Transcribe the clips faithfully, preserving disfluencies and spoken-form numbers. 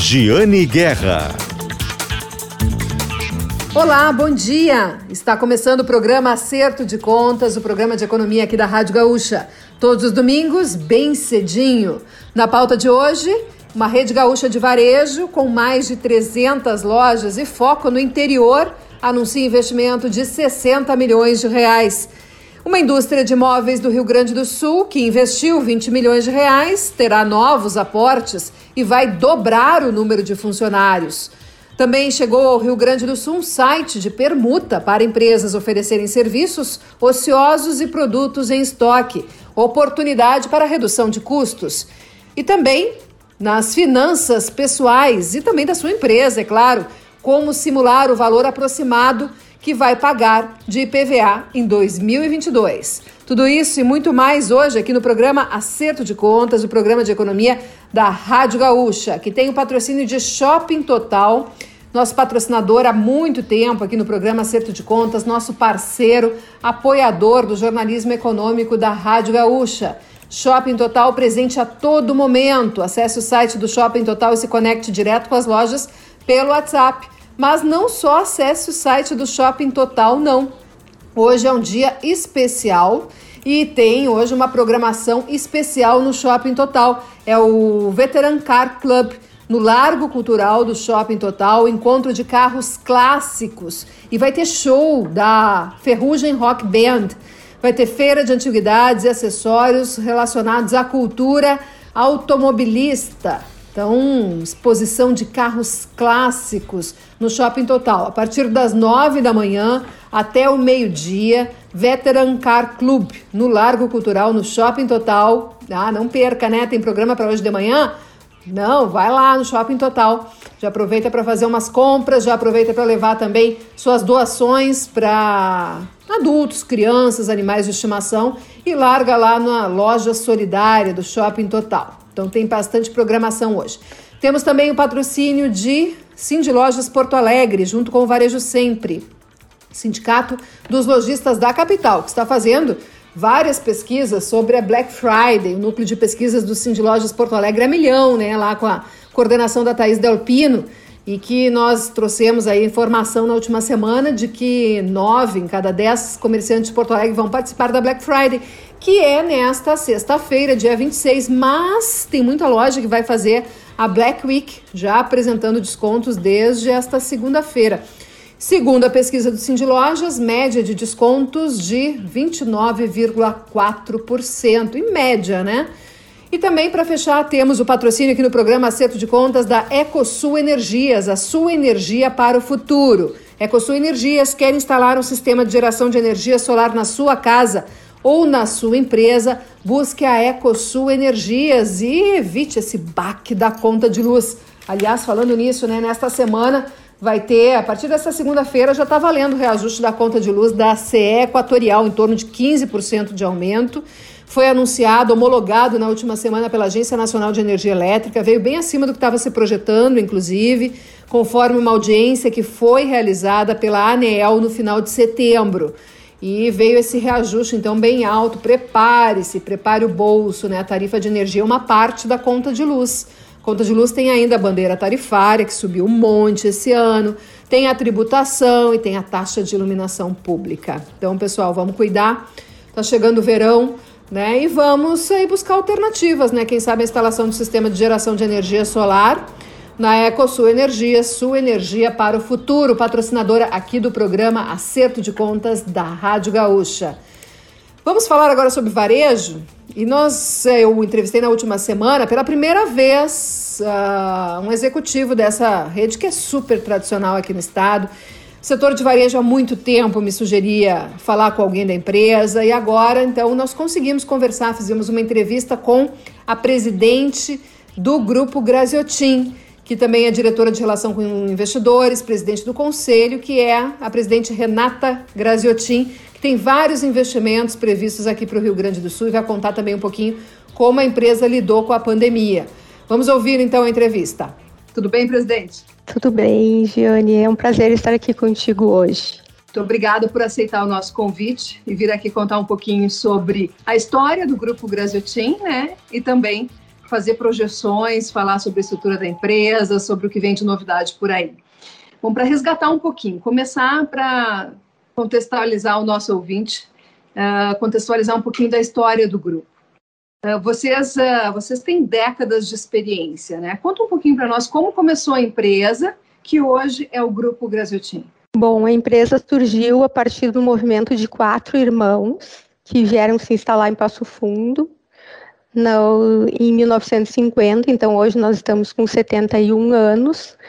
Giane Guerra. Olá, bom dia! Está começando o programa Acerto de Contas, o programa de economia aqui da Rádio Gaúcha. Todos os domingos, bem cedinho. Na pauta de hoje, uma rede gaúcha de varejo com mais de trezentas lojas e foco no interior anuncia investimento de sessenta milhões de reais. Uma indústria de móveis do Rio Grande do Sul, que investiu vinte milhões de reais, terá novos aportes e vai dobrar o número de funcionários. Também chegou ao Rio Grande do Sul um site de permuta para empresas oferecerem serviços ociosos e produtos em estoque, oportunidade para redução de custos. E também nas finanças pessoais e também da sua empresa, é claro, como simular o valor aproximado que vai pagar de I P V A em dois mil e vinte e dois. Tudo isso e muito mais hoje aqui no programa Acerto de Contas, o programa de economia da Rádio Gaúcha, que tem o patrocínio de Shopping Total, nosso patrocinador há muito tempo aqui no programa Acerto de Contas, nosso parceiro, apoiador do jornalismo econômico da Rádio Gaúcha. Shopping Total presente a todo momento. Acesse o site do Shopping Total e se conecte direto com as lojas pelo WhatsApp. Mas não só acesse o site do Shopping Total, não. Hoje é um dia especial e tem hoje uma programação especial no Shopping Total. É o Veteran Car Club, no Largo Cultural do Shopping Total, encontro de carros clássicos. E vai ter show da Ferrugem Rock Band. Vai ter feira de antiguidades e acessórios relacionados à cultura automobilista. Então, exposição de carros clássicos no Shopping Total. A partir das nove da manhã até o meio-dia, Veteran Car Club, no Largo Cultural, no Shopping Total. Ah, não perca, né? Tem programa para hoje de manhã? Não, vai lá no Shopping Total. Já aproveita para fazer umas compras, já aproveita para levar também suas doações para adultos, crianças, animais de estimação e larga lá na loja solidária do Shopping Total. Então tem bastante programação hoje. Temos também o patrocínio de Cindy Lojas Porto Alegre, junto com o Varejo Sempre, Sindicato dos Lojistas da Capital, que está fazendo várias pesquisas sobre a Black Friday. O núcleo de pesquisas do Cindy Lojas Porto Alegre é milhão, né? Lá com a coordenação da Thaís Delpino, e que nós trouxemos aí informação na última semana de que nove em cada dez comerciantes de Porto Alegre vão participar da Black Friday, que é nesta sexta-feira, dia vinte e seis, mas tem muita loja que vai fazer a Black Week, já apresentando descontos desde esta segunda-feira. Segundo a pesquisa do Cindy Lojas, média de descontos de vinte e nove vírgula quatro por cento, em média, né? E também, para fechar, temos o patrocínio aqui no programa Acerto de Contas da EcoSul Energias, a sua energia para o futuro. EcoSul Energias quer instalar um sistema de geração de energia solar na sua casa ou na sua empresa. Busque a EcoSul Energias e evite esse baque da conta de luz. Aliás, falando nisso, né, nesta semana vai ter, a partir dessa segunda-feira, já está valendo o reajuste da conta de luz da C E Equatorial, em torno de quinze por cento de aumento. Foi anunciado, homologado na última semana pela Agência Nacional de Energia Elétrica, veio bem acima do que estava se projetando, inclusive, conforme uma audiência que foi realizada pela ANEEL no final de setembro. E veio esse reajuste, então, bem alto. Prepare-se, prepare o bolso, né? A tarifa de energia é uma parte da conta de luz. Conta de luz tem ainda a bandeira tarifária, que subiu um monte esse ano, tem a tributação e tem a taxa de iluminação pública. Então, pessoal, vamos cuidar. Tá chegando o verão, né? E vamos aí buscar alternativas, né? Quem sabe a instalação de sistema de geração de energia solar na EcoSul Energias, sua energia para o futuro, patrocinadora aqui do programa Acerto de Contas da Rádio Gaúcha. Vamos falar agora sobre varejo. E nós, eu entrevistei na última semana, pela primeira vez, uh, um executivo dessa rede que é super tradicional aqui no estado. O setor de varejo há muito tempo me sugeria falar com alguém da empresa e agora, então, nós conseguimos conversar, fizemos uma entrevista com a presidente do Grupo Graziotin, que também é diretora de relação com investidores, presidente do conselho, que é a presidente Renata Graziotin, que tem vários investimentos previstos aqui para o Rio Grande do Sul e vai contar também um pouquinho como a empresa lidou com a pandemia. Vamos ouvir então a entrevista. Tudo bem, presidente? Tudo bem, Giane. É um prazer estar aqui contigo hoje. Muito obrigada por aceitar o nosso convite e vir aqui contar um pouquinho sobre a história do Grupo Graziotin, né? E também fazer projeções, falar sobre a estrutura da empresa, sobre o que vem de novidade por aí. Bom, para resgatar um pouquinho, começar para contextualizar o nosso ouvinte, uh, contextualizar um pouquinho da história do grupo. Uh, vocês, uh, vocês têm décadas de experiência, né? Conta um pouquinho para nós como começou a empresa, que hoje é o Grupo Graziotin. Bom, a empresa surgiu a partir do movimento de quatro irmãos que vieram se instalar em Passo Fundo no, em mil novecentos e cinquenta, então hoje nós estamos com setenta e um anos.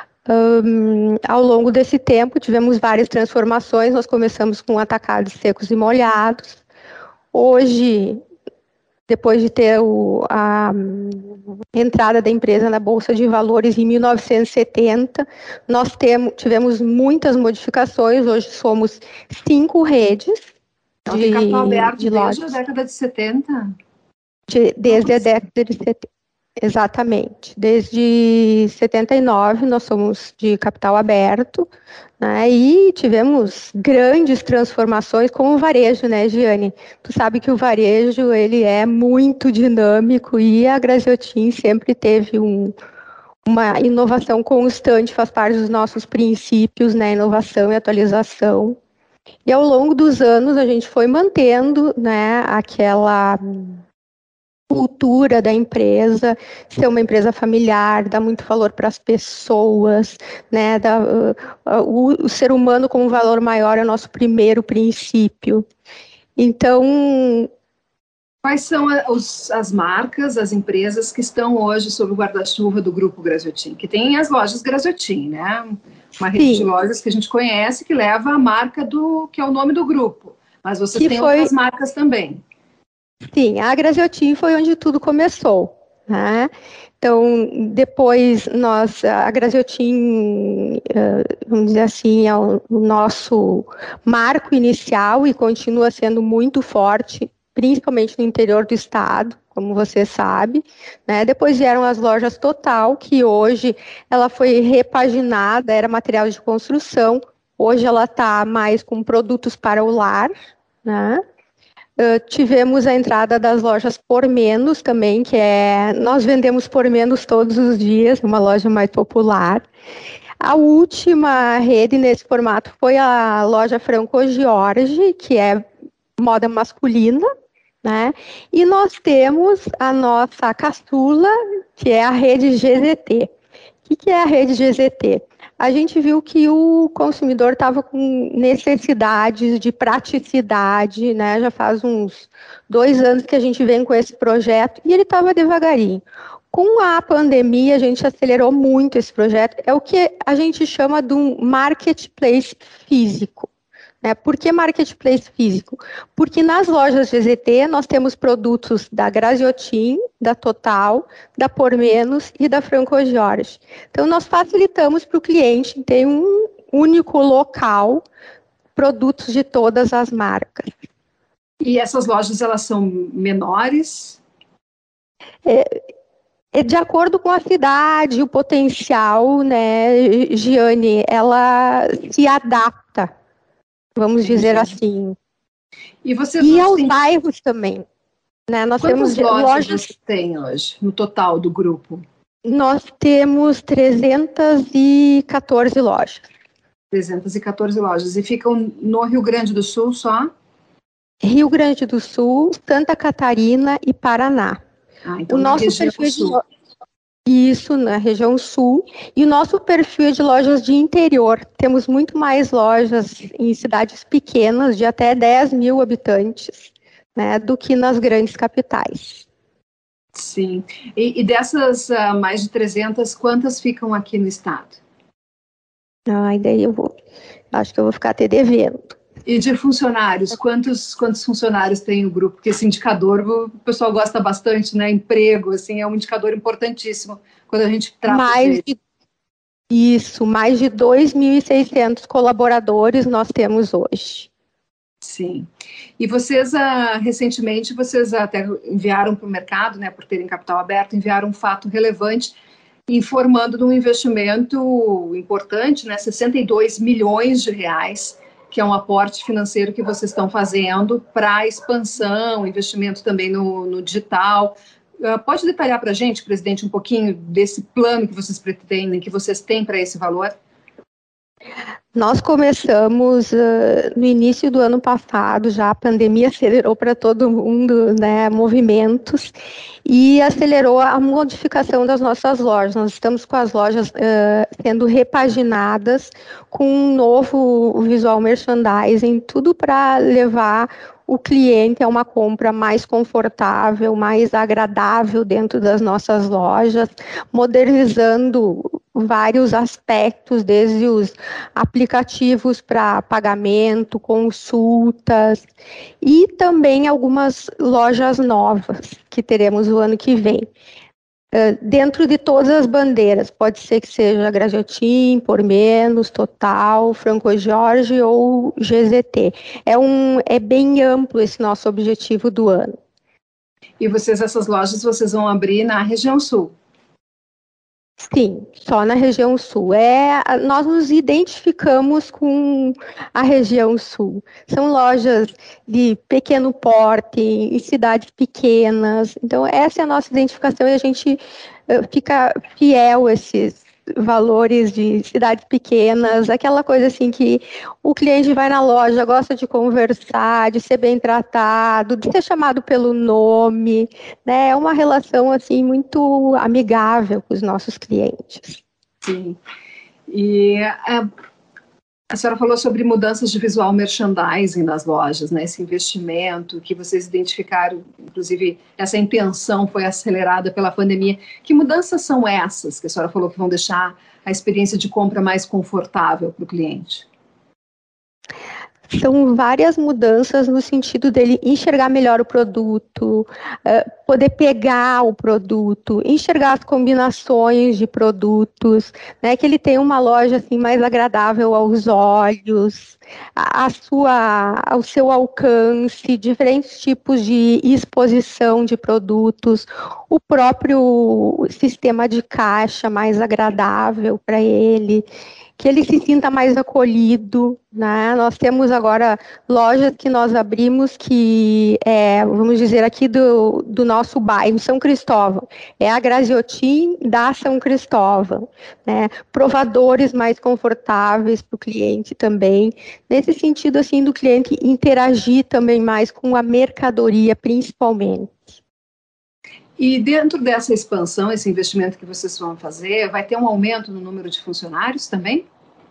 Um, ao longo desse tempo tivemos várias transformações, nós começamos com atacados secos e molhados. Hoje, depois de ter o, a entrada da empresa na Bolsa de Valores em mil novecentos e setenta, nós temos, tivemos muitas modificações, hoje somos cinco redes. Então, de, tem capital aberto de desde lojas. A década de setenta? De, desde Nossa. a década de setenta. Exatamente. Desde setenta e nove nós somos de capital aberto, né, e tivemos grandes transformações com o varejo, né, Giane? Tu sabe que o varejo ele é muito dinâmico e a Graziotin sempre teve um, uma inovação constante, faz parte dos nossos princípios, né, inovação e atualização. E ao longo dos anos a gente foi mantendo, né, aquela cultura da empresa, ser uma empresa familiar, dar muito valor para as pessoas, né, dar, uh, uh, o, o ser humano como valor maior é o nosso primeiro princípio. Então... Quais são a, os, as marcas, as empresas que estão hoje sob o guarda-chuva do Grupo Graziotin? Que tem as lojas Graziotin, né? Uma rede Sim. de lojas que a gente conhece, que leva a marca do, que é o nome do grupo. Mas vocês que têm foi... outras marcas também. Sim, a Graziotin foi onde tudo começou, né? Então, depois nós, a Graziotin, vamos dizer assim, é o nosso marco inicial e continua sendo muito forte, principalmente no interior do estado, como você sabe, né? Depois vieram as lojas Total, que hoje ela foi repaginada, era material de construção, hoje ela está mais com produtos para o lar, né? Uh, tivemos a entrada das lojas Por Menos também, que é, nós vendemos Por Menos todos os dias, uma loja mais popular. A última rede nesse formato foi a loja Franco Jorge, que é moda masculina, né? E nós temos a nossa caçula, que é a rede G Z T. O que é a rede G Z T? A gente viu que o consumidor estava com necessidades de praticidade, né? Já faz uns dois anos que a gente vem com esse projeto e ele estava devagarinho. Com a pandemia, a gente acelerou muito esse projeto. É o que a gente chama de um marketplace físico. Né? Por que marketplace físico? Porque nas lojas G Z T nós temos produtos da Graziotin, da Total, da Por Menos e da Franco Jorge. Então nós facilitamos para o cliente ter um único local, produtos de todas as marcas. E essas lojas, elas são menores? É, é de acordo com a cidade, o potencial, né, Giane, ela se adapta. Vamos dizer assim. E, você e aos tem... bairros também. Né? Nós Quantas temos lojas, lojas você tem hoje, no total do grupo? Nós temos trezentas e quatorze lojas. trezentas e quatorze lojas. E ficam no Rio Grande do Sul só? Rio Grande do Sul, Santa Catarina e Paraná. Ah, então o nosso perfil é de lo... Isso, na região sul. E o nosso perfil é de lojas de interior. Temos muito mais lojas em cidades pequenas, de até dez mil habitantes, né, do que nas grandes capitais. Sim. E, e dessas uh, mais de trezentas, quantas ficam aqui no estado? Ai, daí eu vou... Acho que eu vou ficar até devendo. E de funcionários, quantos, quantos funcionários tem o grupo? Porque esse indicador, o pessoal gosta bastante, né? Emprego, assim, é um indicador importantíssimo quando a gente trata mais de... Isso, mais de dois mil e seiscentos colaboradores nós temos hoje. Sim. E vocês, ah, recentemente, vocês até enviaram para o mercado, né, por terem capital aberto, enviaram um fato relevante informando de um investimento importante, né, sessenta e dois milhões de reais, que é um aporte financeiro que vocês estão fazendo para expansão, investimento também no, no digital. Uh, pode detalhar para a gente, presidente, um pouquinho desse plano que vocês pretendem, que vocês têm para esse valor? Nós começamos uh, no início do ano passado, já a pandemia acelerou para todo mundo, né, movimentos, e acelerou a modificação das nossas lojas. Nós estamos com as lojas uh, sendo repaginadas com um novo visual merchandising, tudo para levar o cliente a uma compra mais confortável, mais agradável dentro das nossas lojas, modernizando vários aspectos, desde os aplicativos para pagamento, consultas, e também algumas lojas novas que teremos o ano que vem. Uh, dentro de todas as bandeiras, pode ser que seja Graziotin, Por Menos, Total, Franco Jorge ou G Z T. É, um, é bem amplo esse nosso objetivo do ano. E vocês, essas lojas, vocês vão abrir na região sul? Sim, só na região sul. É, nós nos identificamos com a região sul. São lojas de pequeno porte, em cidades pequenas. Então, essa é a nossa identificação e a gente uh, fica fiel a esses valores de cidades pequenas, aquela coisa assim que o cliente vai na loja, gosta de conversar, de ser bem tratado, de ser chamado pelo nome, né? É uma relação assim muito amigável com os nossos clientes. Sim. E é, a senhora falou sobre mudanças de visual merchandising nas lojas, né? Esse investimento que vocês identificaram, inclusive essa intenção foi acelerada pela pandemia. Que mudanças são essas que a senhora falou que vão deixar a experiência de compra mais confortável para o cliente? São várias mudanças no sentido dele enxergar melhor o produto, uh, poder pegar o produto, enxergar as combinações de produtos, né, que ele tenha uma loja assim, mais agradável aos olhos, a, a sua, ao seu alcance, diferentes tipos de exposição de produtos, o próprio sistema de caixa mais agradável para ele, que ele se sinta mais acolhido, né? Nós temos agora lojas que nós abrimos que, é, vamos dizer, aqui do, do nosso bairro, São Cristóvão, é a Graziotin da São Cristóvão, né? Provadores mais confortáveis para o cliente também, nesse sentido, assim, do cliente interagir também mais com a mercadoria, principalmente. E dentro dessa expansão, esse investimento que vocês vão fazer, vai ter um aumento no número de funcionários também?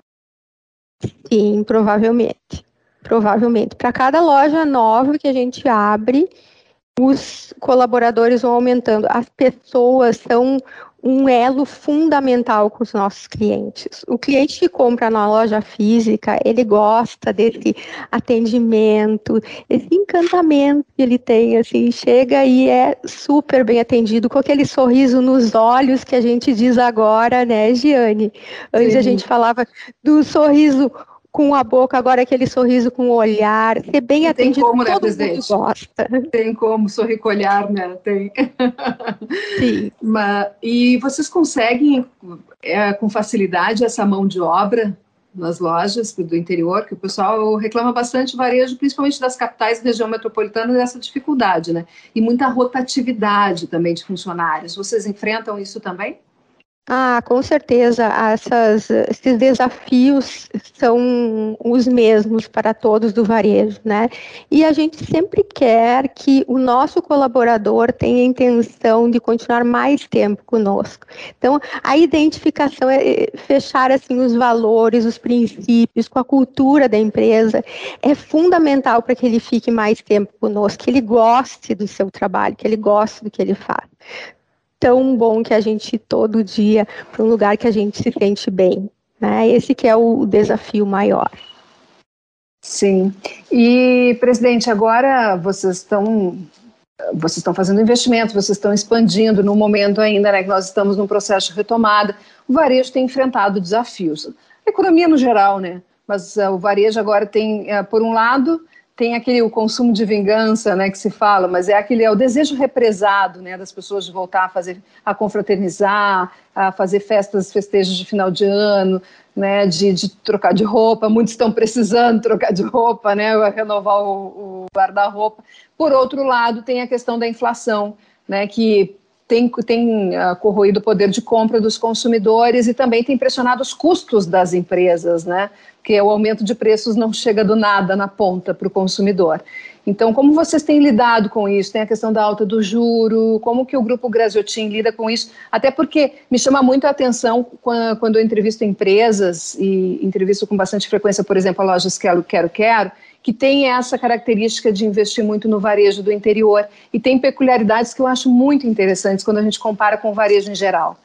Sim, provavelmente. Provavelmente. Para cada loja nova que a gente abre, os colaboradores vão aumentando. As pessoas são um elo fundamental com os nossos clientes. O cliente que compra na loja física, ele gosta desse atendimento, esse encantamento que ele tem, assim, chega e é super bem atendido, com aquele sorriso nos olhos que a gente diz agora, né, Giane? Antes Sim. a gente falava do sorriso com a boca, agora aquele sorriso com o olhar, ser bem Tem atendido, como, né, todo presidente? mundo gosta. Tem como, sorrir com o olhar, né? Tem. Sim. Mas, e vocês conseguem, é, com facilidade, essa mão de obra nas lojas do interior, que o pessoal reclama bastante varejo, principalmente das capitais da região metropolitana, dessa dificuldade, né? E muita rotatividade também de funcionários. Vocês enfrentam isso também? Ah, com certeza, essas, esses desafios são os mesmos para todos do varejo, né? E a gente sempre quer que o nosso colaborador tenha a intenção de continuar mais tempo conosco. Então, a identificação é fechar assim os valores, os princípios, com a cultura da empresa, é fundamental para que ele fique mais tempo conosco, que ele goste do seu trabalho, que ele goste do que ele faz. Tão bom que a gente ir todo dia para um lugar que a gente se sente bem, né? Esse que é o desafio maior. Sim. E, presidente, agora vocês estão vocês estão fazendo investimento, vocês estão expandindo no momento ainda, né, que nós estamos num processo de retomada. O varejo tem enfrentado desafios. A economia no geral, né? Mas uh, o varejo agora tem, uh, por um lado, tem aquele o consumo de vingança, né, que se fala, mas é aquele é o desejo represado, né, das pessoas de voltar a fazer, a confraternizar, a fazer festas, festejos de final de ano, né, de, de trocar de roupa. Muitos estão precisando trocar de roupa, né, renovar o, o guarda-roupa. Por outro lado, tem a questão da inflação, né, que tem, tem uh, corroído o poder de compra dos consumidores e também tem pressionado os custos das empresas, né? Porque o aumento de preços não chega do nada na ponta para o consumidor. Então, como vocês têm lidado com isso? Tem a questão da alta do juro, como que o Grupo Graziotin lida com isso? Até porque me chama muito a atenção quando eu entrevisto empresas, e entrevisto com bastante frequência, por exemplo, a Lojas Quero, Quero, Quero, que tem essa característica de investir muito no varejo do interior e tem peculiaridades que eu acho muito interessantes quando a gente compara com o varejo em geral.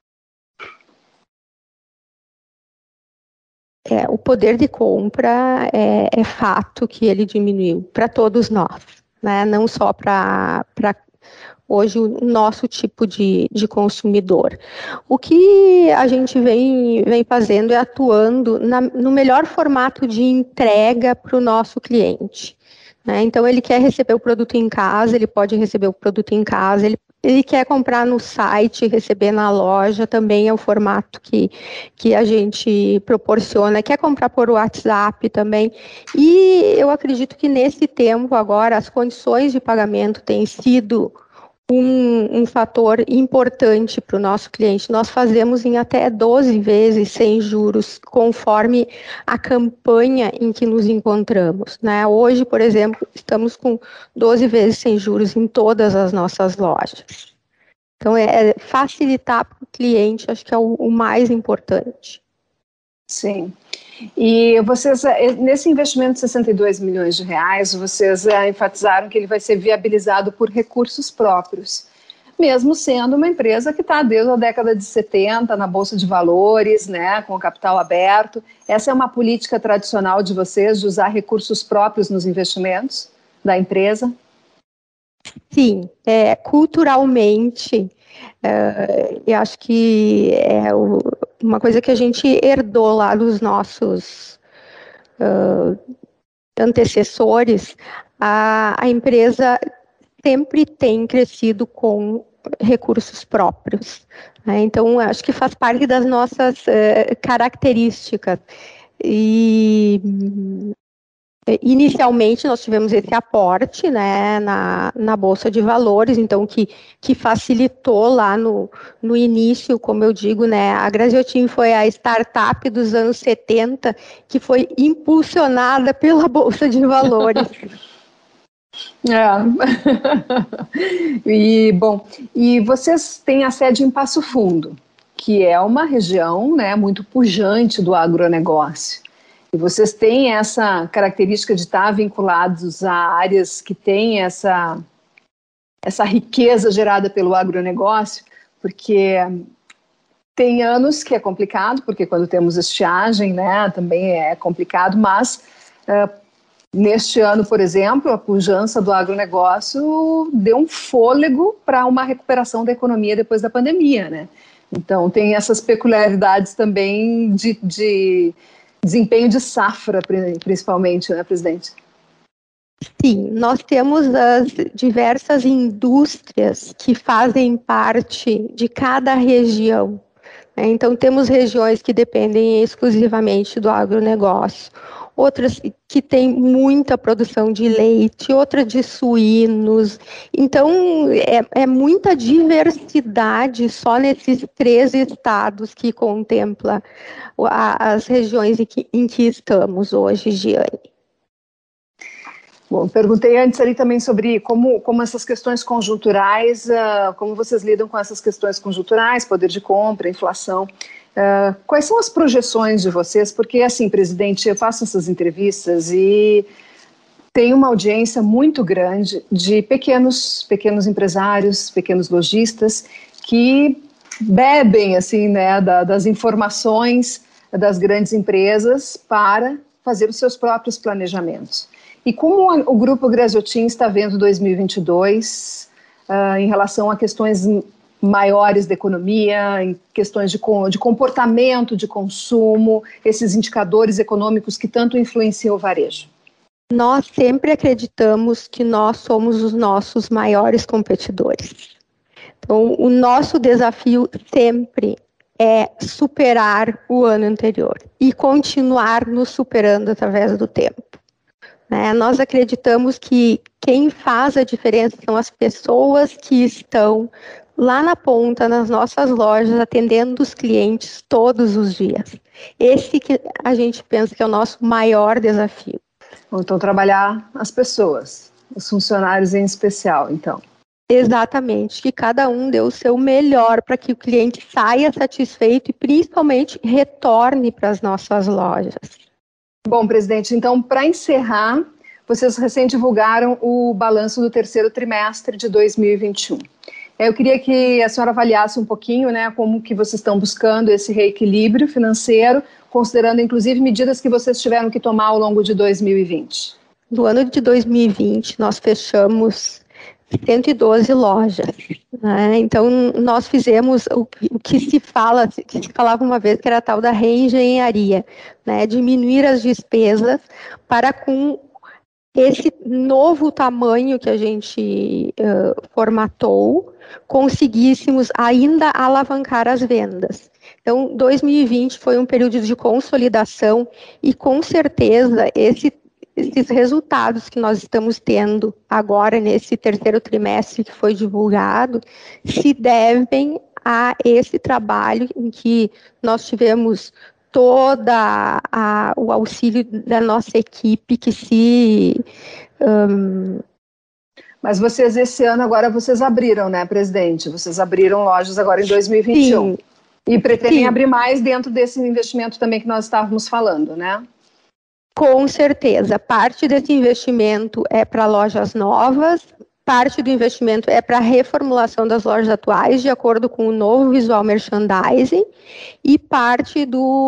É, o poder de compra é, é fato que ele diminuiu para todos nós, né? Não só para hoje o nosso tipo de, de consumidor. O que a gente vem, vem fazendo é atuando na, no melhor formato de entrega para o nosso cliente, né? Então, ele quer receber o produto em casa, ele pode receber o produto em casa, ele Ele quer comprar no site, receber na loja, também é o formato que, que a gente proporciona. Quer comprar por WhatsApp também. E eu acredito que nesse tempo agora, as condições de pagamento têm sido um, um fator importante para o nosso cliente. Nós fazemos em até doze vezes sem juros, conforme a campanha em que nos encontramos, né? Hoje, por exemplo, estamos com doze vezes sem juros em todas as nossas lojas. Então, é facilitar para o cliente, acho que é o, o mais importante. Sim. E vocês, nesse investimento de sessenta e dois milhões de reais, vocês é, enfatizaram que ele vai ser viabilizado por recursos próprios, mesmo sendo uma empresa que está desde a década de setenta na Bolsa de Valores, né, com o capital aberto. Essa é uma política tradicional de vocês, de usar recursos próprios nos investimentos da empresa? Sim, é, culturalmente, é, eu acho que é o, uma coisa que a gente herdou lá dos nossos uh, antecessores, a, a empresa sempre tem crescido com recursos próprios, né? Então, acho que faz parte das nossas uh, características. E inicialmente nós tivemos esse aporte, né, na, na Bolsa de Valores, então que, que facilitou lá no, no início, como eu digo, né, a Graziotin foi a startup dos anos setenta que foi impulsionada pela Bolsa de Valores. É. E, bom, e vocês têm a sede em Passo Fundo, que é uma região, né, muito pujante do agronegócio. E vocês têm essa característica de estar vinculados a áreas que têm essa, essa riqueza gerada pelo agronegócio, porque tem anos que é complicado, porque quando temos estiagem, né, também é complicado, mas uh, neste ano, por exemplo, a pujança do agronegócio deu um fôlego para uma recuperação da economia depois da pandemia, né? Então, tem essas peculiaridades também de... de desempenho de safra, principalmente, né, presidente? Sim, nós temos as diversas indústrias que fazem parte de cada região, né? Então, temos regiões que dependem exclusivamente do agronegócio, outras que têm muita produção de leite, outras de suínos. Então, é, é muita diversidade só nesses três estados que contempla a, as regiões em que, em que estamos hoje, Giane. Bom, perguntei antes ali também sobre como, como essas questões conjunturais, uh, como vocês lidam com essas questões conjunturais, poder de compra, inflação. Uh, quais são as projeções de vocês? Porque, assim, presidente, eu faço essas entrevistas e tem uma audiência muito grande de pequenos, pequenos empresários, pequenos lojistas que bebem, assim, né, da, das informações das grandes empresas para fazer os seus próprios planejamentos. E como o Grupo Graziotin está vendo dois mil e vinte e dois uh, em relação a questões maiores da economia, em questões de, de comportamento, de consumo, esses indicadores econômicos que tanto influenciam o varejo? Nós sempre acreditamos que nós somos os nossos maiores competidores. Então, o nosso desafio sempre é superar o ano anterior e continuar nos superando através do tempo. Né? Nós acreditamos que quem faz a diferença são as pessoas que estão lá na ponta, nas nossas lojas, atendendo os clientes todos os dias. Esse que a gente pensa que é o nosso maior desafio. Então, trabalhar as pessoas, os funcionários em especial, então. Exatamente, que cada um dê o seu melhor para que o cliente saia satisfeito e principalmente retorne para as nossas lojas. Bom, presidente, então, para encerrar, vocês recém divulgaram o balanço do terceiro trimestre de dois mil e vinte e um. Eu queria que a senhora avaliasse um pouquinho, né, como que vocês estão buscando esse reequilíbrio financeiro, considerando inclusive medidas que vocês tiveram que tomar ao longo de dois mil e vinte. No ano de dois mil e vinte, nós fechamos cento e doze lojas, né? Então nós fizemos o, o que se fala, que se falava uma vez, que era a tal da reengenharia, né? Diminuir as despesas para com esse novo tamanho que a gente uh, formatou, conseguíssemos ainda alavancar as vendas. Então, dois mil e vinte foi um período de consolidação e, com certeza, esse esses resultados que nós estamos tendo agora nesse terceiro trimestre que foi divulgado se devem a esse trabalho em que nós tivemos toda a, o auxílio da nossa equipe que se... Um... Mas vocês esse ano agora vocês abriram, né, presidente? Vocês abriram lojas agora em dois mil e vinte e um. Sim. E pretendem Sim. abrir mais dentro desse investimento também que nós estávamos falando, né? Com certeza, parte desse investimento é para lojas novas, parte do investimento é para a reformulação das lojas atuais, de acordo com o novo visual merchandising, e parte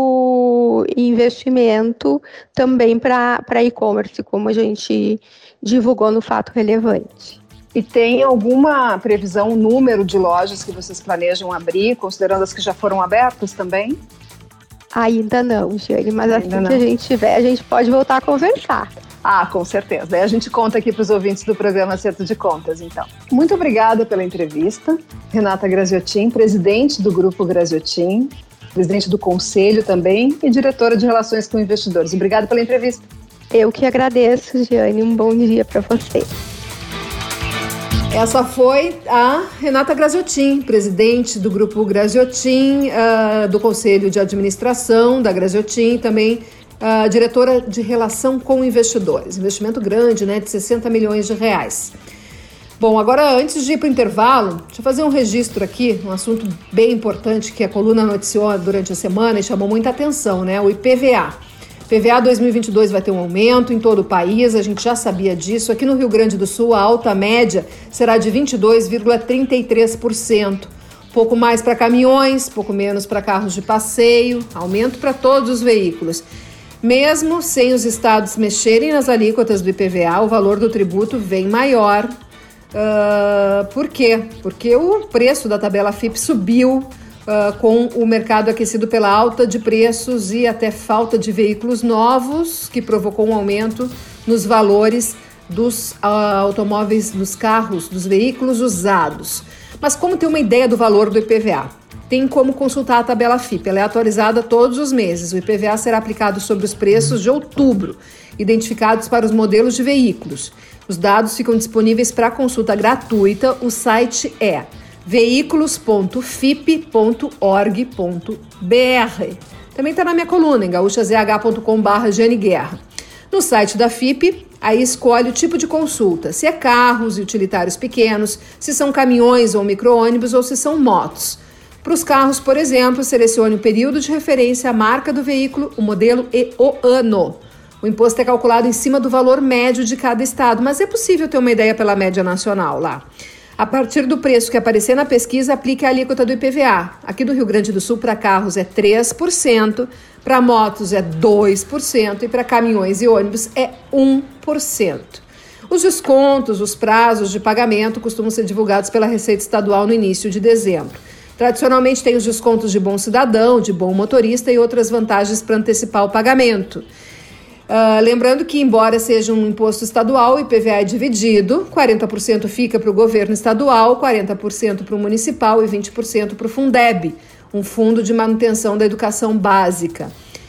do investimento também para e-commerce, como a gente divulgou no Fato Relevante. E tem alguma previsão, um número de lojas que vocês planejam abrir, considerando as que já foram abertas também? Ainda não, Jane, mas Ainda assim não. que a gente tiver, a gente pode voltar a conversar. Ah, com certeza. Daí a gente conta aqui para os ouvintes do programa Acerto de Contas, então. Muito obrigada pela entrevista. Renata Graziotin, presidente do Grupo Graziotin, presidente do Conselho também e diretora de Relações com Investidores. Obrigada pela entrevista. Eu que agradeço, Jane. Um bom dia para você. Essa foi a Renata Graziotin, presidente do Grupo Graziotin, uh, do Conselho de Administração da Graziotin, também uh, diretora de Relação com Investidores. Investimento grande, né, de sessenta milhões de reais. Bom, agora antes de ir para o intervalo, deixa eu fazer um registro aqui, um assunto bem importante que a coluna noticiou durante a semana e chamou muita atenção, né, o I P V A. I P V A dois mil e vinte e dois vai ter um aumento em todo o país, a gente já sabia disso. Aqui no Rio Grande do Sul, a alta média será de vinte e dois vírgula trinta e três por cento. Pouco mais para caminhões, pouco menos para carros de passeio, aumento para todos os veículos. Mesmo sem os estados mexerem nas alíquotas do I P V A, o valor do tributo vem maior. Uh, por quê? Porque o preço da tabela F I P subiu Uh, com o mercado aquecido pela alta de preços e até falta de veículos novos, que provocou um aumento nos valores dos uh, automóveis, dos carros, dos veículos usados. Mas como ter uma ideia do valor do I P V A? Tem como consultar a tabela F I P, ela é atualizada todos os meses. O I P V A será aplicado sobre os preços de outubro, identificados para os modelos de veículos. Os dados ficam disponíveis para consulta gratuita, o site é veículos ponto f i p ponto org ponto b r. Também está na minha coluna em gaúcha z h ponto com barra Jane Guerra. No site da F I P, aí escolhe o tipo de consulta, se é carros e utilitários pequenos, se são caminhões ou micro-ônibus ou se são motos. Para os carros, por exemplo, selecione o período de referência, a marca do veículo, o modelo e o ano. O imposto é calculado em cima do valor médio de cada estado, mas é possível ter uma ideia pela média nacional lá. A partir do preço que aparecer na pesquisa, aplique a alíquota do I P V A. Aqui do Rio Grande do Sul, para carros é três por cento, para motos é dois por cento e para caminhões e ônibus é um por cento. Os descontos, os prazos de pagamento costumam ser divulgados pela Receita Estadual no início de dezembro. Tradicionalmente tem os descontos de bom cidadão, de bom motorista e outras vantagens para antecipar o pagamento. Uh, lembrando que, embora seja um imposto estadual, o I P V A é dividido, quarenta por cento fica para o governo estadual, quarenta por cento para o municipal e vinte por cento para o Fundeb, um fundo de manutenção da educação básica.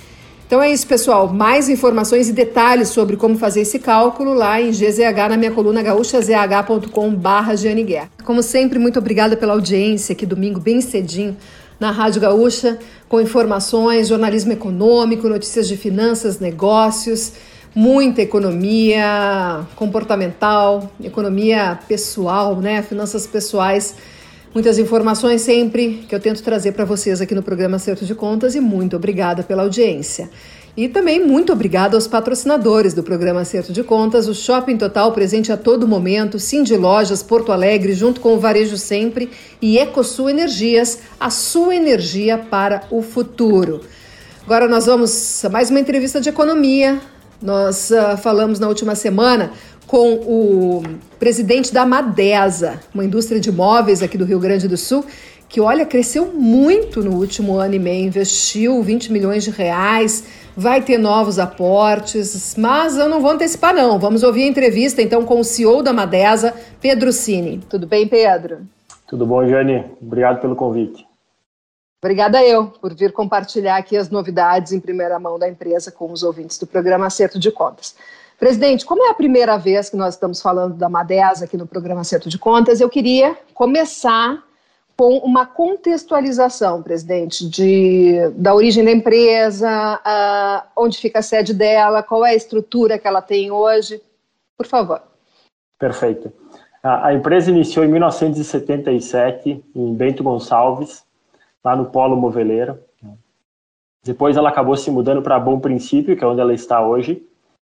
Então é isso, pessoal. Mais informações e detalhes sobre como fazer esse cálculo lá em G Z H, na minha coluna gaúcha z h ponto com barra Jeane Guerra. Como sempre, muito obrigada pela audiência aqui domingo, bem cedinho, na Rádio Gaúcha, com informações, jornalismo econômico, notícias de finanças, negócios, muita economia comportamental, economia pessoal, né? Finanças pessoais. Muitas informações sempre que eu tento trazer para vocês aqui no programa Acerto de Contas, e muito obrigada pela audiência. E também muito obrigada aos patrocinadores do programa Acerto de Contas, o Shopping Total, presente a todo momento, Cindy Lojas, Porto Alegre, junto com o Varejo Sempre, e EcoSul Energias, a sua energia para o futuro. Agora nós vamos a mais uma entrevista de economia. Nós uh, falamos na última semana com o presidente da Madesa, uma indústria de móveis aqui do Rio Grande do Sul, que, olha, cresceu muito no último ano e meio, investiu vinte milhões de reais, vai ter novos aportes, mas eu não vou antecipar não. Vamos ouvir a entrevista então com o C E O da Madesa, Pedro Cini. Tudo bem, Pedro? Tudo bom, Jeane? Obrigado pelo convite. Obrigada eu por vir compartilhar aqui as novidades em primeira mão da empresa com os ouvintes do programa Acerto de Contas. Presidente, como é a primeira vez que nós estamos falando da Madesa aqui no programa Acerto de Contas, eu queria começar com uma contextualização, presidente, de, da origem da empresa, uh, onde fica a sede dela, qual é a estrutura que ela tem hoje. Por favor. Perfeito. A, a empresa iniciou em mil novecentos e setenta e sete, em Bento Gonçalves, lá no Polo Moveleiro. Depois ela acabou se mudando para Bom Princípio, que é onde ela está hoje.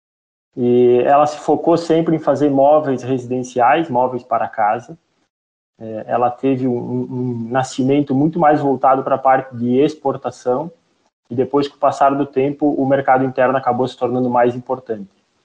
E ela se focou sempre em fazer móveis residenciais, móveis para casa. É, ela teve um, um nascimento muito mais voltado para a parte de exportação, e depois, com o passar do tempo, o mercado interno acabou se tornando mais importante.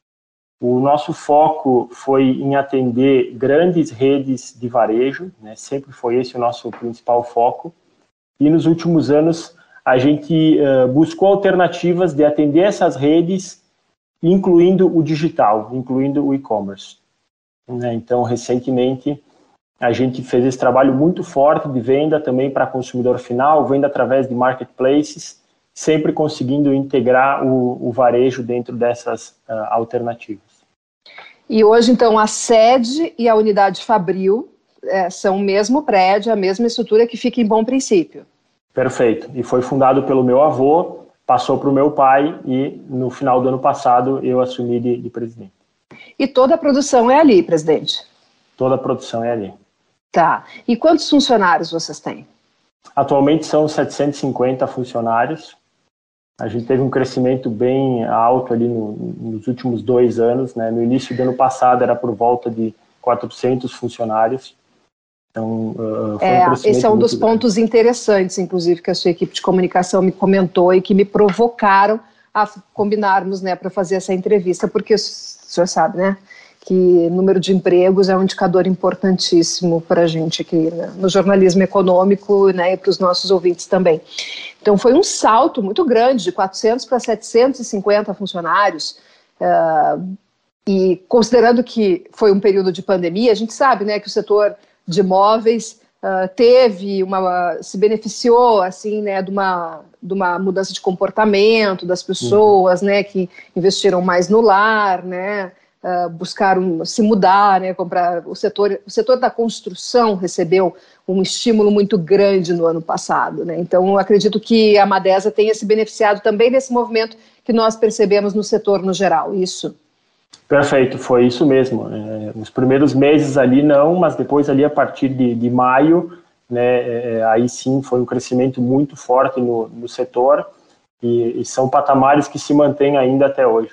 O nosso foco foi em atender grandes redes de varejo, né? Sempre foi esse o nosso principal foco, e nos últimos anos a gente uh, buscou alternativas de atender essas redes, incluindo o digital, incluindo o e-commerce. Então, recentemente, a gente fez esse trabalho muito forte de venda também para consumidor final, venda através de marketplaces, sempre conseguindo integrar o, o varejo dentro dessas uh, alternativas. E hoje, então, a sede e a unidade Fabril é, são o mesmo prédio, a mesma estrutura que fica em Bom Princípio. Perfeito. E foi fundado pelo meu avô, passou para o meu pai e no final do ano passado eu assumi de, de presidente. E toda a produção é ali, presidente? Toda a produção é ali. Tá. E quantos funcionários vocês têm? Atualmente são setecentos e cinquenta funcionários. A gente teve um crescimento bem alto ali no, nos últimos dois anos, né? No início do ano passado era por volta de quatrocentos funcionários. Então, uh, foi é, um esse é um dos grande. pontos interessantes, inclusive, que a sua equipe de comunicação me comentou e que me provocaram a combinarmos, né, para fazer essa entrevista, porque o senhor sabe, né, que número de empregos é um indicador importantíssimo para a gente aqui, né, no jornalismo econômico, né, e para os nossos ouvintes também. Então, foi um salto muito grande, de quatrocentos para setecentos e cinquenta funcionários, uh, e considerando que foi um período de pandemia, a gente sabe, né, que o setor de imóveis uh, teve uma, se beneficiou assim, né, de uma, de uma mudança de comportamento das pessoas, uhum. né, que investiram mais no lar, né, uh, buscaram se mudar, né, comprar. O setor, o setor da construção recebeu um estímulo muito grande no ano passado, né, então eu acredito que a Madesa tenha se beneficiado também desse movimento que nós percebemos no setor no geral, isso. Perfeito, foi isso mesmo. É, nos primeiros meses ali não, mas depois ali a partir de, de maio, né, é, aí sim foi um crescimento muito forte no, no setor e, e são patamares que se mantêm ainda até hoje.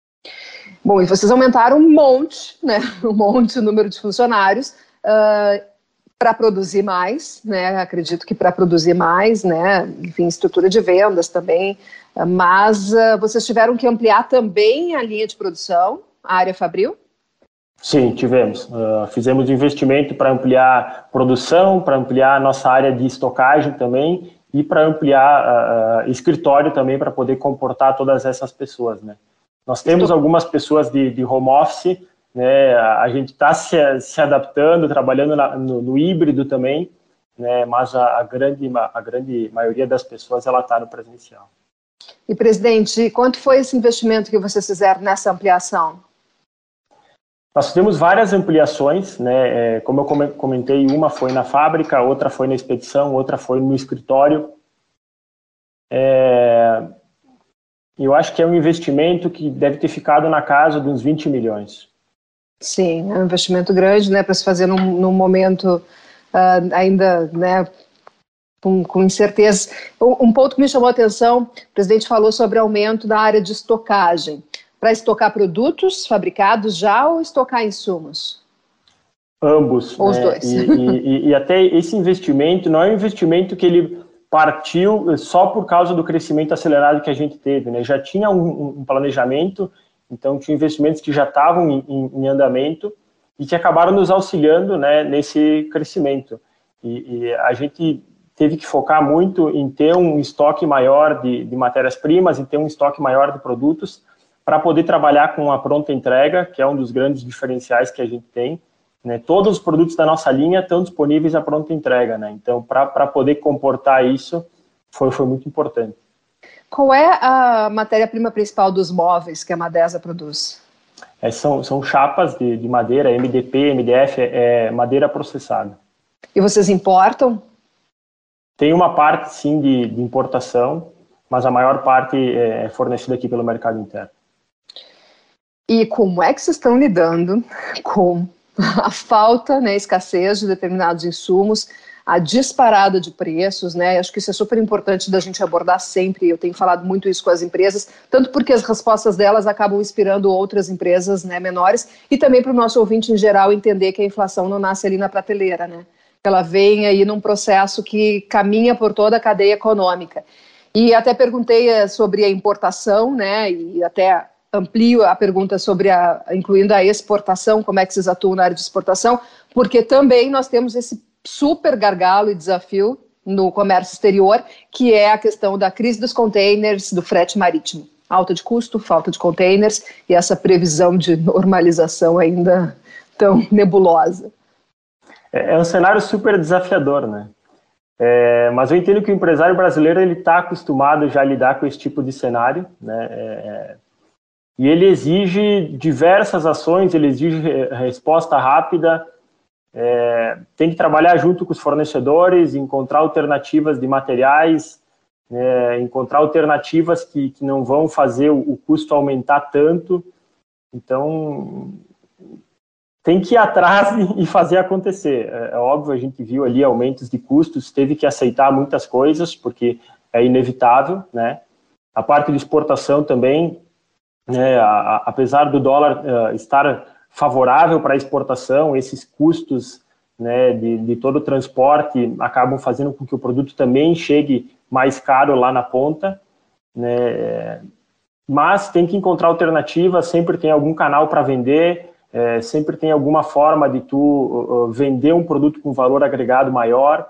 Bom, e vocês aumentaram um monte, né, um monte o número de funcionários uh, para produzir mais, né, acredito que para produzir mais, né, enfim, estrutura de vendas também, uh, mas uh, vocês tiveram que ampliar também a linha de produção, a área Fabril? Sim, tivemos. Uh, fizemos investimento para ampliar produção, para ampliar a nossa área de estocagem também e para ampliar uh, uh, escritório também para poder comportar todas essas pessoas, né? Nós temos Estou... algumas pessoas de, de home office, né? A gente está se, se adaptando, trabalhando na, no, no híbrido também, né? Mas a, a, grande, a grande maioria das pessoas ela está no presencial. E, presidente, quanto foi esse investimento que vocês fizeram nessa ampliação? Nós temos várias ampliações, né? É, como eu comentei, uma foi na fábrica, outra foi na expedição, outra foi no escritório. É, eu acho que é um investimento que deve ter ficado na casa de uns vinte milhões. Sim, é um investimento grande, né, para se fazer num, num momento uh, ainda, né, com, com incerteza. Um, um ponto que me chamou a atenção, o presidente falou sobre aumento da área de estocagem. Para estocar produtos fabricados já ou estocar insumos? Ambos. Ou né? os dois. E, e, e até esse investimento não é um investimento que ele partiu só por causa do crescimento acelerado que a gente teve, né? Já tinha um, um planejamento, então tinha investimentos que já estavam em, em, em andamento e que acabaram nos auxiliando, né, nesse crescimento. E, e a gente teve que focar muito em ter um estoque maior de, de matérias-primas, em ter um estoque maior de produtos, para poder trabalhar com a pronta entrega, que é um dos grandes diferenciais que a gente tem. Né? Todos os produtos da nossa linha estão disponíveis à pronta entrega, né? Então, para poder comportar isso, foi, foi muito importante. Qual é a matéria-prima principal dos móveis que a Madesa produz? É, são, são chapas de, de madeira, M D P, M D F, é, é madeira processada. E vocês importam? Tem uma parte, sim, de, de importação, mas a maior parte é fornecida aqui pelo mercado interno. E como é que vocês estão lidando com a falta, né, escassez de determinados insumos, a disparada de preços, né? Acho que isso é super importante da gente abordar sempre. Eu tenho falado muito isso com as empresas, tanto porque as respostas delas acabam inspirando outras empresas, né, menores, e também para o nosso ouvinte em geral entender que a inflação não nasce ali na prateleira, né? Ela vem aí num processo que caminha por toda a cadeia econômica. E até perguntei sobre a importação, né? E até amplio a pergunta sobre a, incluindo a exportação, como é que vocês atuam na área de exportação, porque também nós temos esse super gargalo e desafio no comércio exterior, que é a questão da crise dos containers, do frete marítimo. Alta de custo, falta de containers e essa previsão de normalização ainda tão nebulosa. É, é um cenário super desafiador, né? É, mas eu entendo que o empresário brasileiro ele está acostumado já a lidar com esse tipo de cenário, né? É, e ele exige diversas ações, ele exige resposta rápida, é, tem que trabalhar junto com os fornecedores, encontrar alternativas de materiais, é, encontrar alternativas que, que não vão fazer o, o custo aumentar tanto. Então, tem que ir atrás e fazer acontecer. É, é óbvio, a gente viu ali aumentos de custos, teve que aceitar muitas coisas, porque é inevitável, né? A parte de exportação também, É, a, a, apesar do dólar uh, estar favorável para a exportação, esses custos, né, de, de todo o transporte acabam fazendo com que o produto também chegue mais caro lá na ponta, né, mas tem que encontrar alternativas, sempre tem algum canal para vender, é, sempre tem alguma forma de tu uh, vender um produto com valor agregado maior,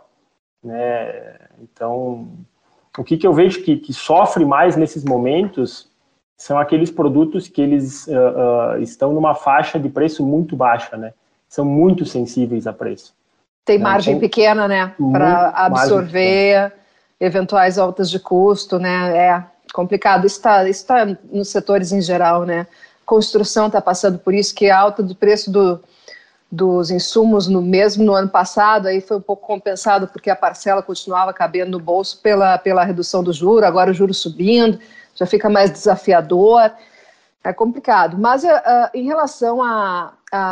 né, então o que, que eu vejo que, que sofre mais nesses momentos são aqueles produtos que eles uh, uh, estão numa faixa de preço muito baixa, né? São muito sensíveis a preço. Tem margem então, pequena, né? Para absorver eventuais altas de custo, né? É complicado. Isso está isso tá nos setores em geral, né? Construção está passando por isso, que a alta do preço do, dos insumos no mesmo no ano passado, aí foi um pouco compensado porque a parcela continuava cabendo no bolso pela, pela redução do juro, agora o juro subindo, já fica mais desafiador, é complicado. Mas uh, em relação a,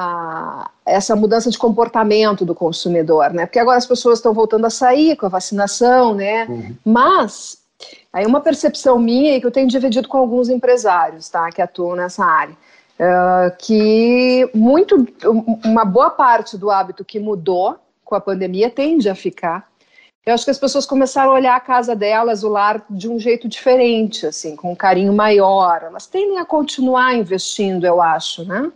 a essa mudança de comportamento do consumidor, né? Porque agora as pessoas estão voltando a sair com a vacinação, né? Uhum. Mas aí uma percepção minha e que eu tenho dividido com alguns empresários, tá? Que atuam nessa área, uh, que muito, uma boa parte do hábito que mudou com a pandemia tende a ficar. Eu acho que as pessoas começaram a olhar a casa delas, o lar, de um jeito diferente, assim, com um carinho maior. Elas tendem a continuar investindo, eu acho, né?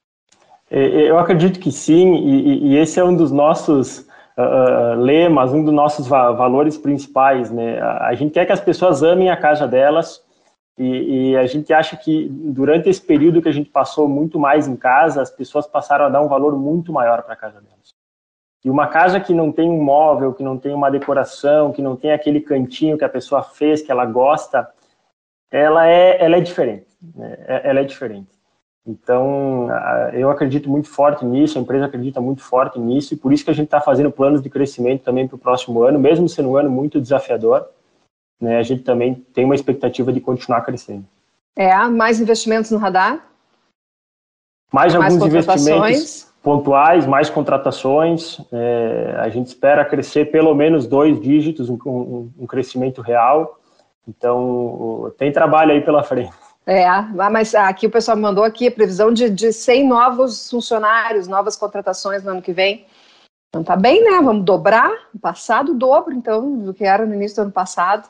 Eu acredito que sim, e, e esse é um dos nossos uh, lemas, um dos nossos va- valores principais, né? A gente quer que as pessoas amem a casa delas e, e a gente acha que durante esse período que a gente passou muito mais em casa, as pessoas passaram a dar um valor muito maior para a casa delas. E uma casa que não tem um móvel, que não tem uma decoração, que não tem aquele cantinho que a pessoa fez, que ela gosta, ela é, ela é diferente, né? Ela é diferente. Então, eu acredito muito forte nisso, a empresa acredita muito forte nisso, e por isso que a gente está fazendo planos de crescimento também para o próximo ano, mesmo sendo um ano muito desafiador, né, a gente também tem uma expectativa de continuar crescendo. É, mais investimentos no radar? Mais, mais alguns investimentos pontuais, mais contratações, é, a gente espera crescer pelo menos dois dígitos, um, um, um crescimento real, então tem trabalho aí pela frente. É, mas aqui o pessoal me mandou aqui a previsão de, de cem novos funcionários, novas contratações no ano que vem. Então tá bem, né? Vamos dobrar, no passado, o dobro, então, do que era no início do ano passado.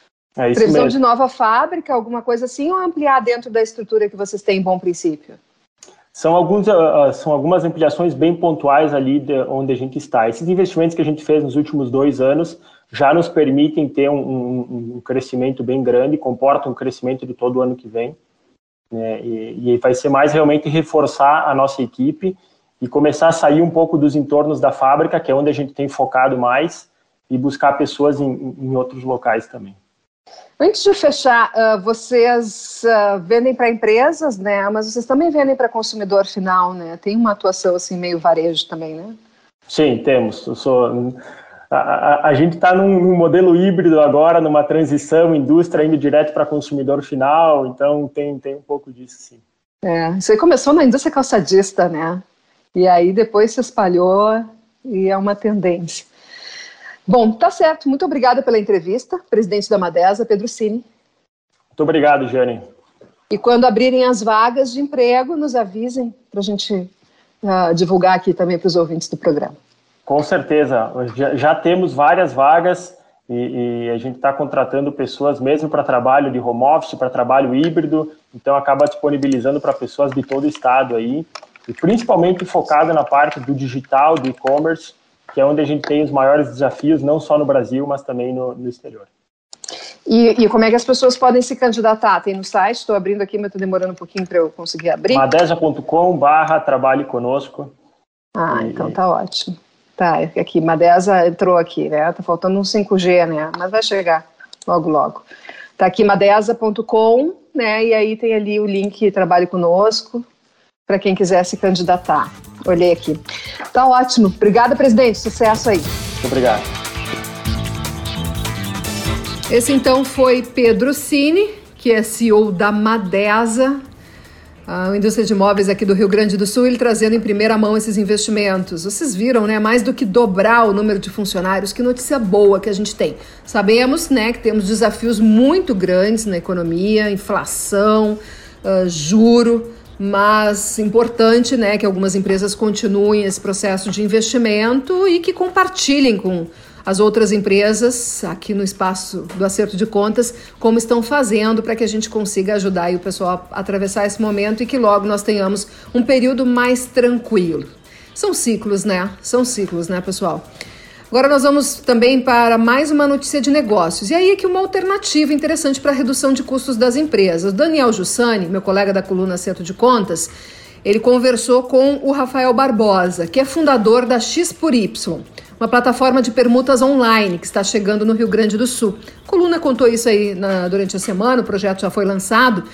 É isso Previsão mesmo. de nova fábrica, alguma coisa assim, ou ampliar dentro da estrutura que vocês têm em Bom Princípio? São, alguns, uh, são algumas ampliações bem pontuais ali de onde a gente está. Esses investimentos que a gente fez nos últimos dois anos já nos permitem ter um, um, um crescimento bem grande, comportam um crescimento de todo o ano que vem, né? E, e vai ser mais realmente reforçar a nossa equipe e começar a sair um pouco dos entornos da fábrica, que é onde a gente tem focado mais, e buscar pessoas em, em outros locais também. Antes de fechar, uh, vocês uh, vendem para empresas, né? Mas vocês também vendem para consumidor final, né? Tem uma atuação assim meio varejo também, né? Sim, temos. Eu sou, a, a, a gente está num, num modelo híbrido agora, numa transição, indústria indo direto para consumidor final, então tem, tem um pouco disso, sim. É, isso aí começou na indústria calçadista, né? E aí depois se espalhou e é uma tendência. Bom, tá certo. Muito obrigada pela entrevista, presidente da Madesa, Pedro Cini. Muito obrigado, Jane. E quando abrirem as vagas de emprego, nos avisem para a gente uh, divulgar aqui também para os ouvintes do programa. Com certeza. Já, já temos várias vagas e, e a gente está contratando pessoas mesmo para trabalho de home office, para trabalho híbrido, então acaba disponibilizando para pessoas de todo o estado aí, e principalmente focado na parte do digital, do e-commerce, que é onde a gente tem os maiores desafios, não só no Brasil, mas também no, no exterior. E, e como é que as pessoas podem se candidatar? Tem no site, estou abrindo aqui, mas estou demorando um pouquinho para eu conseguir abrir. madesa ponto com barra trabalhe conosco. Ah, e... então tá ótimo. Tá, aqui, Madesa entrou aqui, né? Tá faltando um cinco G, né? Mas vai chegar logo, logo. Tá aqui, madesa ponto com, né? E aí tem ali o link Trabalhe Conosco, para quem quiser se candidatar. Olhei aqui. Tá ótimo. Obrigada, presidente. Sucesso aí. Muito obrigado. Esse então foi Pedro Cini, que é C E O da Madesa, a indústria de imóveis aqui do Rio Grande do Sul, ele trazendo em primeira mão esses investimentos. Vocês viram, né? Mais do que dobrar o número de funcionários, que notícia boa que a gente tem. Sabemos, né, que temos desafios muito grandes na economia, inflação, uh, juro, mas importante, né, que algumas empresas continuem esse processo de investimento e que compartilhem com as outras empresas aqui no espaço do Acerto de Contas como estão fazendo para que a gente consiga ajudar aí o pessoal a atravessar esse momento e que logo nós tenhamos um período mais tranquilo. São ciclos, né? São ciclos, né, pessoal? Agora nós vamos também para mais uma notícia de negócios. E aí aqui uma alternativa interessante para a redução de custos das empresas. Daniel Jussani, meu colega da coluna Acerto de Contas, ele conversou com o Rafael Barbosa, que é fundador da X por Y, uma plataforma de permutas online que está chegando no Rio Grande do Sul. A coluna contou isso aí na, durante a semana, o projeto já foi lançado.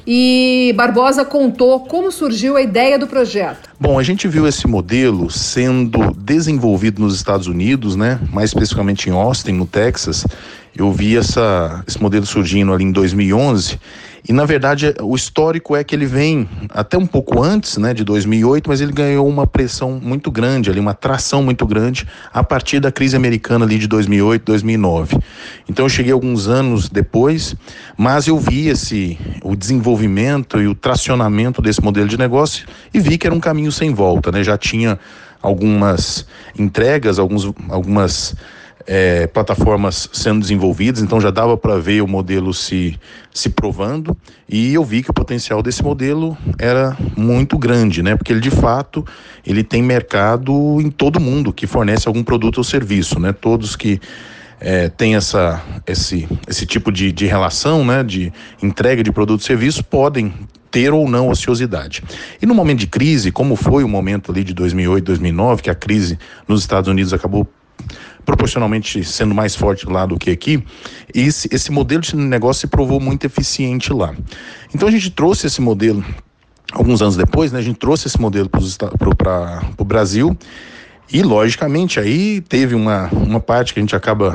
E Barbosa contou como surgiu a ideia do projeto. Bom, a gente viu esse modelo sendo desenvolvido nos Estados Unidos, né? Mais especificamente em Austin, no Texas. Eu vi essa, esse modelo surgindo ali em dois mil e onze. E, na verdade, o histórico é que ele vem até um pouco antes, né, de dois mil e oito, mas ele ganhou uma pressão muito grande, ali, uma tração muito grande a partir da crise americana ali de dois mil e oito, dois mil e nove. Então eu cheguei alguns anos depois, mas eu vi esse, o desenvolvimento e o tracionamento desse modelo de negócio e vi que era um caminho sem volta, né? Já tinha algumas entregas, alguns, algumas... É, plataformas sendo desenvolvidas, então já dava para ver o modelo se, se provando, e eu vi que o potencial desse modelo era muito grande, né? Porque ele de fato ele tem mercado em todo mundo que fornece algum produto ou serviço, né? Todos que é, têm essa, esse, esse tipo de, de relação, né? De entrega de produto e serviço podem ter ou não ociosidade. E no momento de crise, como foi o momento ali de dois mil e oito, dois mil e nove, que a crise nos Estados Unidos acabou proporcionalmente sendo mais forte lá do que aqui, esse, esse modelo de negócio se provou muito eficiente lá. Então a gente trouxe esse modelo, alguns anos depois, né, a gente trouxe esse modelo para o Brasil e, logicamente, aí teve uma, uma parte que a gente acaba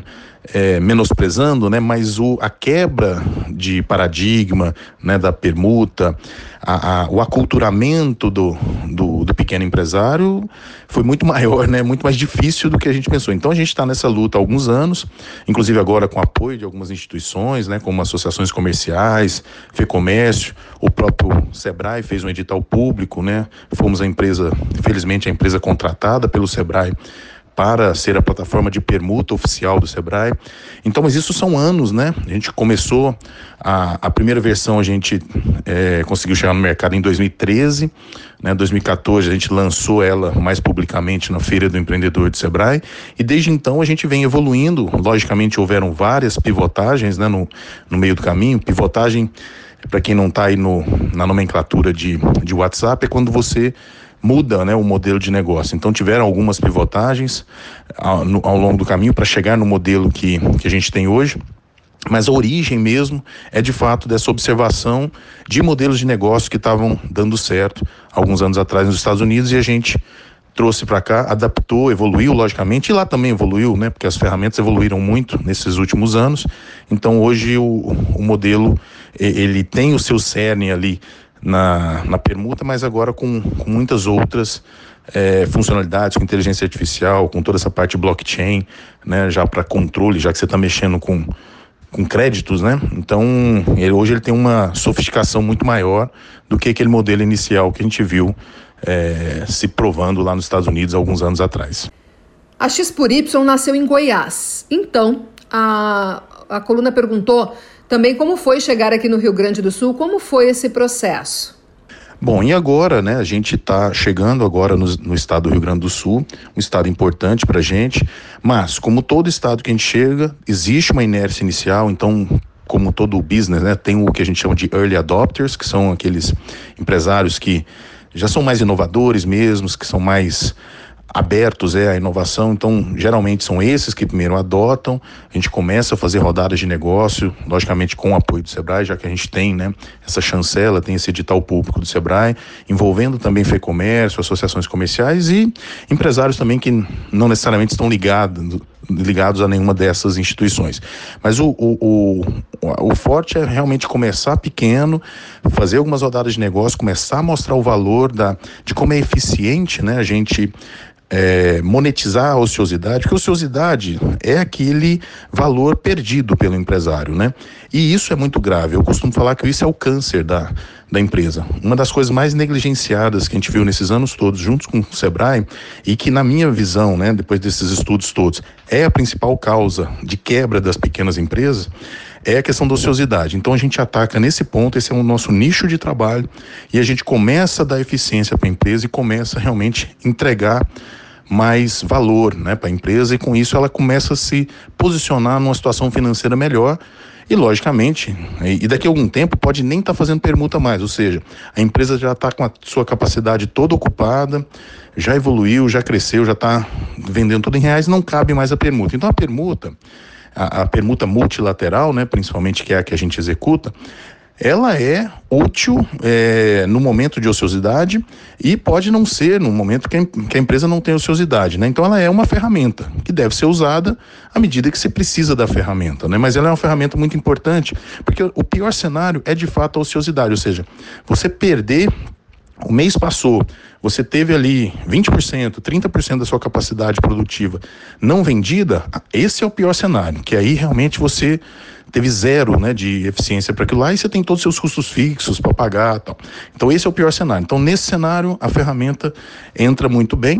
é, menosprezando, né, mas o, a quebra de paradigma, né, da permuta, a, a, o aculturamento do, do, do pequeno empresário foi muito maior, né, muito mais difícil do que a gente pensou. Então a gente está nessa luta há alguns anos, inclusive agora com apoio de algumas instituições, né, como associações comerciais, FEComércio, o próprio Sebrae fez um edital público, né, fomos a empresa, felizmente a empresa contratada pelo Sebrae para ser a plataforma de permuta oficial do Sebrae. Então, mas isso são anos, né? A gente começou, a, a primeira versão a gente é, conseguiu chegar no mercado em dois mil e treze, né? dois mil e quatorze a gente lançou ela mais publicamente na Feira do Empreendedor do Sebrae, e desde então a gente vem evoluindo. Logicamente houveram várias pivotagens, né, no, no meio do caminho. Pivotagem, para quem não está aí no, na nomenclatura de, de WhatsApp, é quando você muda, né, o modelo de negócio. Então tiveram algumas pivotagens ao, no, ao longo do caminho para chegar no modelo que, que a gente tem hoje, mas a origem mesmo é de fato dessa observação de modelos de negócio que estavam dando certo alguns anos atrás nos Estados Unidos, e a gente trouxe para cá, adaptou, evoluiu logicamente, e lá também evoluiu, né, porque as ferramentas evoluíram muito nesses últimos anos. Então hoje o, o modelo, ele tem o seu cerne ali Na, na permuta, mas agora com, com muitas outras é, funcionalidades, com inteligência artificial, com toda essa parte blockchain, né, já para controle, já que você está mexendo com, com créditos, né? Então, ele, hoje ele tem uma sofisticação muito maior do que aquele modelo inicial que a gente viu é, se provando lá nos Estados Unidos há alguns anos atrás. A X por Y nasceu em Goiás. Então, a, a coluna perguntou também como foi chegar aqui no Rio Grande do Sul, como foi esse processo? Bom, e agora, né, a gente está chegando agora no, no estado do Rio Grande do Sul, um estado importante para a gente, mas como todo estado que a gente chega, existe uma inércia inicial. Então, como todo business, né, tem o que a gente chama de early adopters, que são aqueles empresários que já são mais inovadores mesmo, que são mais abertos é, à inovação. Então geralmente são esses que primeiro adotam. A gente começa a fazer rodadas de negócio, logicamente com o apoio do Sebrae, já que a gente tem, né, essa chancela, tem esse edital público do Sebrae, envolvendo também FEComércio, associações comerciais e empresários também que não necessariamente estão ligados, ligados a nenhuma dessas instituições. Mas o, o, o, o forte é realmente começar pequeno, fazer algumas rodadas de negócio, começar a mostrar o valor da, de como é eficiente, né, a gente É, monetizar a ociosidade, porque a ociosidade é aquele valor perdido pelo empresário, né? E isso é muito grave. Eu costumo falar que isso é o câncer da, da empresa. Uma das coisas mais negligenciadas que a gente viu nesses anos todos, juntos com o Sebrae, e que na minha visão, né, depois desses estudos todos, é a principal causa de quebra das pequenas empresas, é a questão da ociosidade. Então a gente ataca nesse ponto, esse é o nosso nicho de trabalho, e a gente começa a dar eficiência para a empresa e começa a realmente entregar mais valor, né, para a empresa, e com isso ela começa a se posicionar numa situação financeira melhor. E logicamente, e daqui a algum tempo pode nem estar tá fazendo permuta mais, ou seja, a empresa já está com a sua capacidade toda ocupada, já evoluiu, já cresceu, já está vendendo tudo em reais, não cabe mais a permuta. Então a permuta, a, a permuta multilateral, né, principalmente, que é a que a gente executa, ela é útil é, no momento de ociosidade e pode não ser no momento que a, que a empresa não tem ociosidade, né? Então ela é uma ferramenta que deve ser usada à medida que você precisa da ferramenta, né? Mas ela é uma ferramenta muito importante, porque o pior cenário é de fato a ociosidade, ou seja, você perder. O mês passou, você teve ali vinte por cento, trinta por cento da sua capacidade produtiva não vendida, esse é o pior cenário, que aí realmente você teve zero, né, de eficiência para aquilo lá, e você tem todos os seus custos fixos para pagar e tal. Então esse é o pior cenário. Então nesse cenário a ferramenta entra muito bem,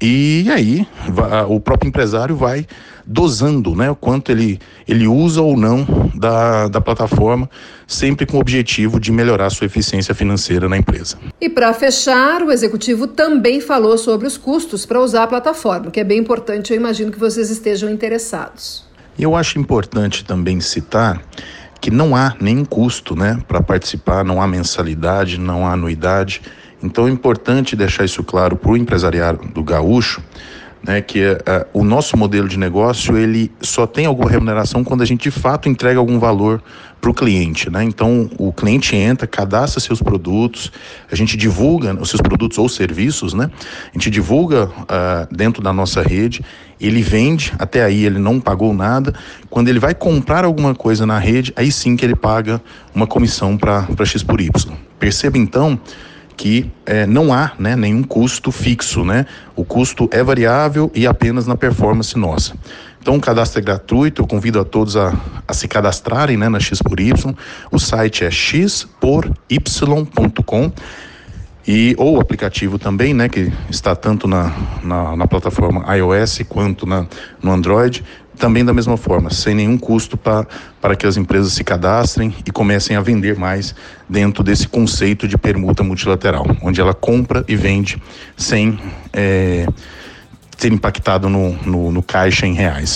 e aí vai, o próprio empresário vai dosando, né, o quanto ele, ele usa ou não da, da plataforma, sempre com o objetivo de melhorar a sua eficiência financeira na empresa. E para fechar, o executivo também falou sobre os custos para usar a plataforma, que é bem importante, eu imagino que vocês estejam interessados. Eu acho importante também citar que não há nenhum custo, né, para participar, não há mensalidade, não há anuidade. Então é importante deixar isso claro para o empresariado do gaúcho, né, que é, é, o nosso modelo de negócio, ele só tem alguma remuneração quando a gente de fato entrega algum valor para o cliente, né? Então o cliente entra, cadastra seus produtos, a gente divulga os seus produtos ou serviços, né? A gente divulga uh, dentro da nossa rede, ele vende, até aí ele não pagou nada. Quando ele vai comprar alguma coisa na rede, aí sim que ele paga uma comissão para X por Y. Perceba então que eh, não há, né, nenhum custo fixo, né? O custo é variável e apenas na performance nossa. Então o cadastro é gratuito, eu convido a todos a, a se cadastrarem, né, na X por Y. O site é x por y ponto com e ou o aplicativo também, né, que está tanto na, na, na plataforma iOS quanto na, no Android, também da mesma forma, sem nenhum custo pra, para que as empresas se cadastrem e comecem a vender mais dentro desse conceito de permuta multilateral, onde ela compra e vende sem é, ser impactado no, no, no caixa em reais.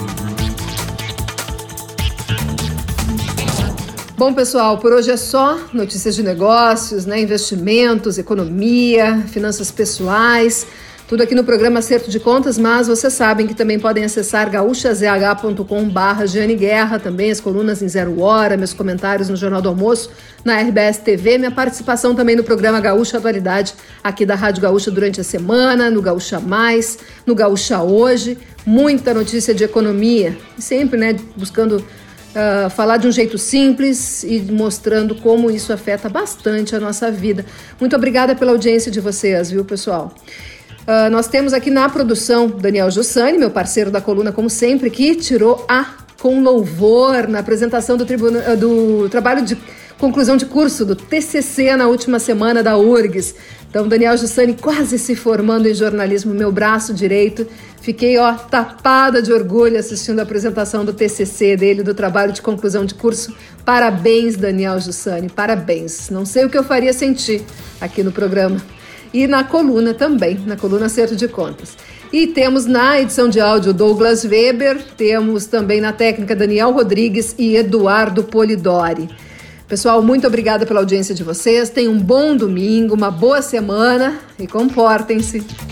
Bom, pessoal, por hoje é só. Notícias de negócios, né, investimentos, economia, finanças pessoais, tudo aqui no programa Acerto de Contas, mas vocês sabem que também podem acessar gaúcha z h ponto com barra Jane Guerra, também as colunas em Zero Hora, meus comentários no Jornal do Almoço, na R B S T V, minha participação também no programa Gaúcha Atualidade, aqui da Rádio Gaúcha durante a semana, no Gaúcha Mais, no Gaúcha Hoje, muita notícia de economia, e sempre, né, buscando Uh, falar de um jeito simples e mostrando como isso afeta bastante a nossa vida. Muito obrigada pela audiência de vocês, viu, pessoal? Uh, nós temos aqui na produção Daniel Jussani, meu parceiro da coluna, como sempre, que tirou a com louvor na apresentação do, tribuna, do trabalho de conclusão de curso do T C C na última semana da U R G S. Então, Daniel Jussani quase se formando em jornalismo, meu braço direito. Fiquei, ó, tapada de orgulho assistindo a apresentação do T C C dele, do trabalho de conclusão de curso. Parabéns, Daniel Jussani, parabéns. Não sei o que eu faria sem ti aqui no programa. E na coluna também, na coluna Acerto de Contas. E temos na edição de áudio Douglas Weber, temos também na técnica Daniel Rodrigues e Eduardo Polidori. Pessoal, muito obrigada pela audiência de vocês. Tenham um bom domingo, uma boa semana e comportem-se.